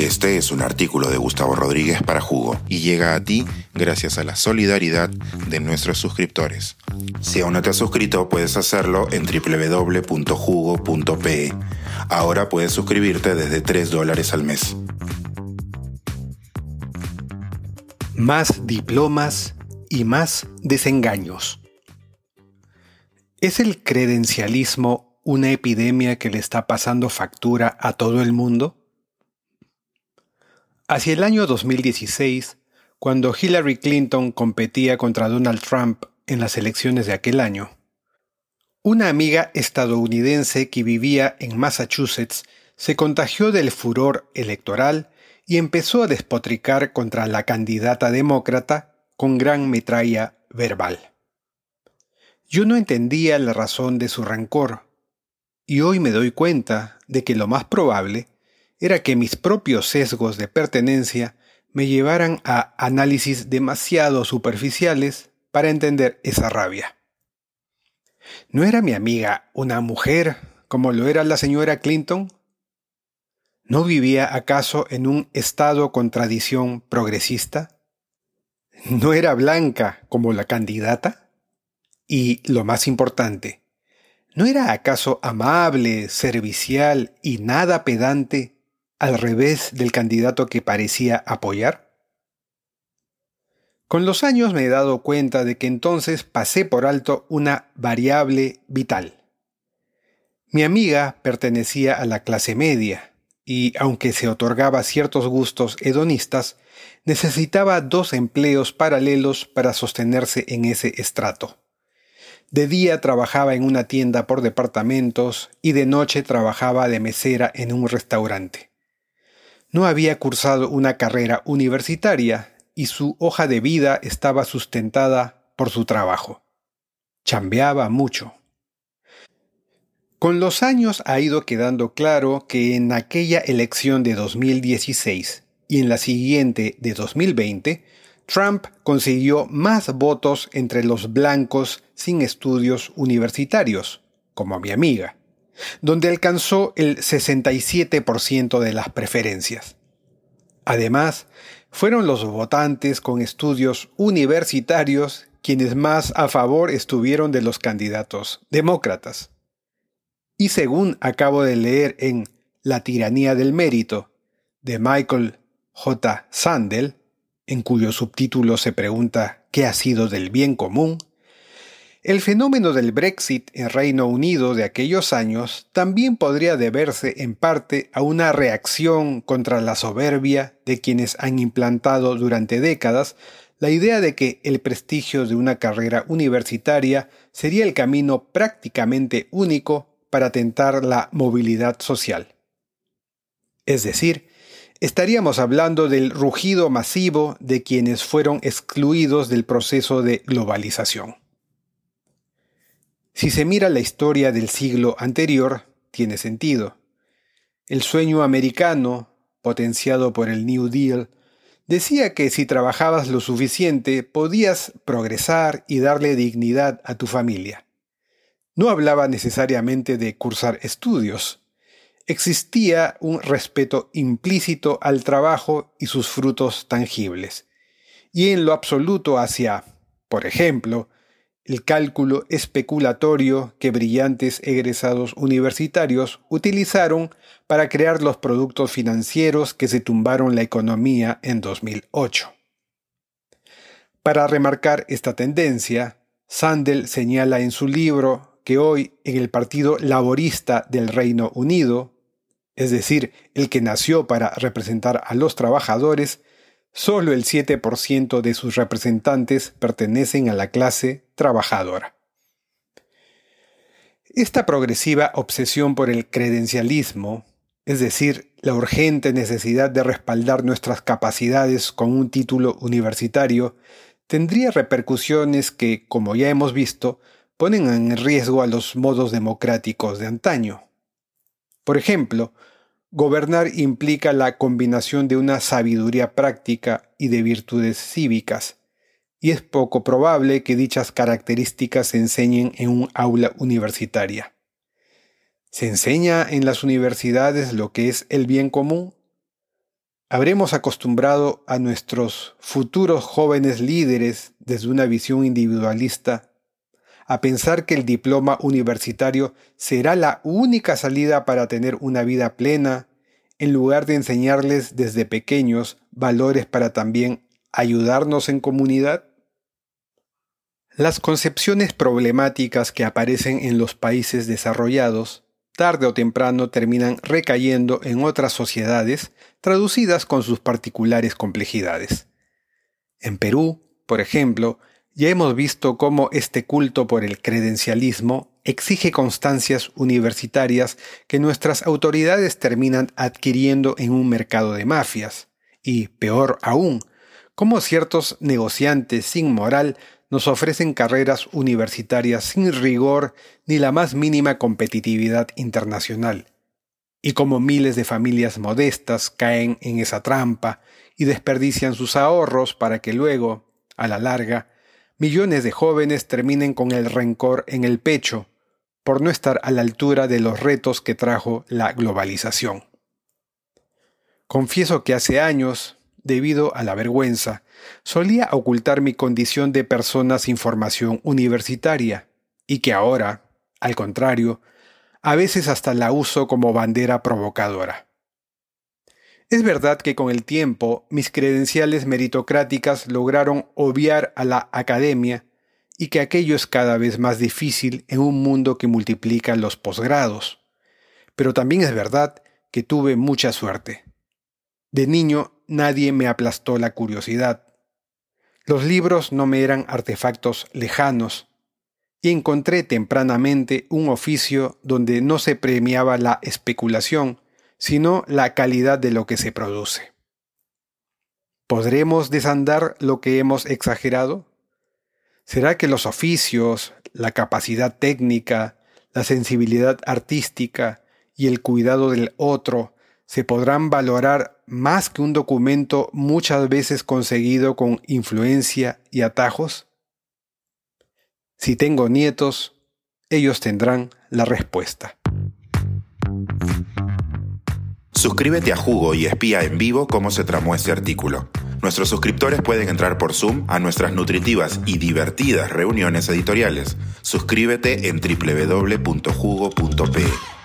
Este es un artículo de Gustavo Rodríguez para Jugo y llega a ti gracias a la solidaridad de nuestros suscriptores. Si aún no te has suscrito, puedes hacerlo en www.jugo.pe. Ahora puedes suscribirte desde $3 al mes. Más diplomas y más desengaños. ¿Es el credencialismo una epidemia que le está pasando factura a todo el mundo? Hacia el año 2016, cuando Hillary Clinton competía contra Donald Trump en las elecciones de aquel año, una amiga estadounidense que vivía en Massachusetts se contagió del furor electoral y empezó a despotricar contra la candidata demócrata con gran metralla verbal. Yo no entendía la razón de su rencor, y hoy me doy cuenta de que lo más probable era que mis propios sesgos de pertenencia me llevaran a análisis demasiado superficiales para entender esa rabia. ¿No era mi amiga una mujer como lo era la señora Clinton? ¿No vivía acaso en un estado con tradición progresista? ¿No era blanca como la candidata? Y lo más importante, ¿no era acaso amable, servicial y nada pedante, al revés del candidato que parecía apoyar? Con los años me he dado cuenta de que entonces pasé por alto una variable vital. Mi amiga pertenecía a la clase media y, aunque se otorgaba ciertos gustos hedonistas, necesitaba 2 empleos paralelos para sostenerse en ese estrato. De día trabajaba en una tienda por departamentos y de noche trabajaba de mesera en un restaurante. No había cursado una carrera universitaria y su hoja de vida estaba sustentada por su trabajo. Chambeaba mucho. Con los años ha ido quedando claro que en aquella elección de 2016 y en la siguiente de 2020, Trump consiguió más votos entre los blancos sin estudios universitarios, como mi amiga, donde alcanzó el 67% de las preferencias. Además, fueron los votantes con estudios universitarios quienes más a favor estuvieron de los candidatos demócratas. Y según acabo de leer en La tiranía del mérito, de Michael J. Sandel, en cuyo subtítulo se pregunta ¿qué ha sido del bien común?, el fenómeno del Brexit en Reino Unido de aquellos años también podría deberse en parte a una reacción contra la soberbia de quienes han implantado durante décadas la idea de que el prestigio de una carrera universitaria sería el camino prácticamente único para tentar la movilidad social. Es decir, estaríamos hablando del rugido masivo de quienes fueron excluidos del proceso de globalización. Si se mira la historia del siglo anterior, tiene sentido. El sueño americano, potenciado por el New Deal, decía que si trabajabas lo suficiente podías progresar y darle dignidad a tu familia. No hablaba necesariamente de cursar estudios. Existía un respeto implícito al trabajo y sus frutos tangibles, y en lo absoluto hacia, por ejemplo, el cálculo especulatorio que brillantes egresados universitarios utilizaron para crear los productos financieros que se tumbaron la economía en 2008. Para remarcar esta tendencia, Sandel señala en su libro que hoy en el Partido Laborista del Reino Unido, es decir, el que nació para representar a los trabajadores, solo el 7% de sus representantes pertenecen a la clase trabajadora. Esta progresiva obsesión por el credencialismo, es decir, la urgente necesidad de respaldar nuestras capacidades con un título universitario, tendría repercusiones que, como ya hemos visto, ponen en riesgo a los modos democráticos de antaño. Por ejemplo, gobernar implica la combinación de una sabiduría práctica y de virtudes cívicas, y es poco probable que dichas características se enseñen en un aula universitaria. ¿Se enseña en las universidades lo que es el bien común? Habremos acostumbrado a nuestros futuros jóvenes líderes desde una visión individualista a pensar que el diploma universitario será la única salida para tener una vida plena, en lugar de enseñarles desde pequeños valores para también ayudarnos en comunidad. Las concepciones problemáticas que aparecen en los países desarrollados, tarde o temprano terminan recayendo en otras sociedades traducidas con sus particulares complejidades. En Perú, por ejemplo, ya hemos visto cómo este culto por el credencialismo exige constancias universitarias que nuestras autoridades terminan adquiriendo en un mercado de mafias. Y, peor aún, cómo ciertos negociantes sin moral nos ofrecen carreras universitarias sin rigor ni la más mínima competitividad internacional. Y cómo miles de familias modestas caen en esa trampa y desperdician sus ahorros para que luego, a la larga, millones de jóvenes terminen con el rencor en el pecho por no estar a la altura de los retos que trajo la globalización. Confieso que hace años, debido a la vergüenza, solía ocultar mi condición de persona sin formación universitaria y que ahora, al contrario, a veces hasta la uso como bandera provocadora. Es verdad que con el tiempo mis credenciales meritocráticas lograron obviar a la academia y que aquello es cada vez más difícil en un mundo que multiplica los posgrados. Pero también es verdad que tuve mucha suerte. De niño nadie me aplastó la curiosidad. Los libros no me eran artefactos lejanos y encontré tempranamente un oficio donde no se premiaba la especulación, sino la calidad de lo que se produce. ¿Podremos desandar lo que hemos exagerado? ¿Será que los oficios, la capacidad técnica, la sensibilidad artística y el cuidado del otro se podrán valorar más que un documento muchas veces conseguido con influencia y atajos? Si tengo nietos, ellos tendrán la respuesta. Suscríbete a Jugo y espía en vivo cómo se tramó este artículo. Nuestros suscriptores pueden entrar por Zoom a nuestras nutritivas y divertidas reuniones editoriales. Suscríbete en www.jugo.pe.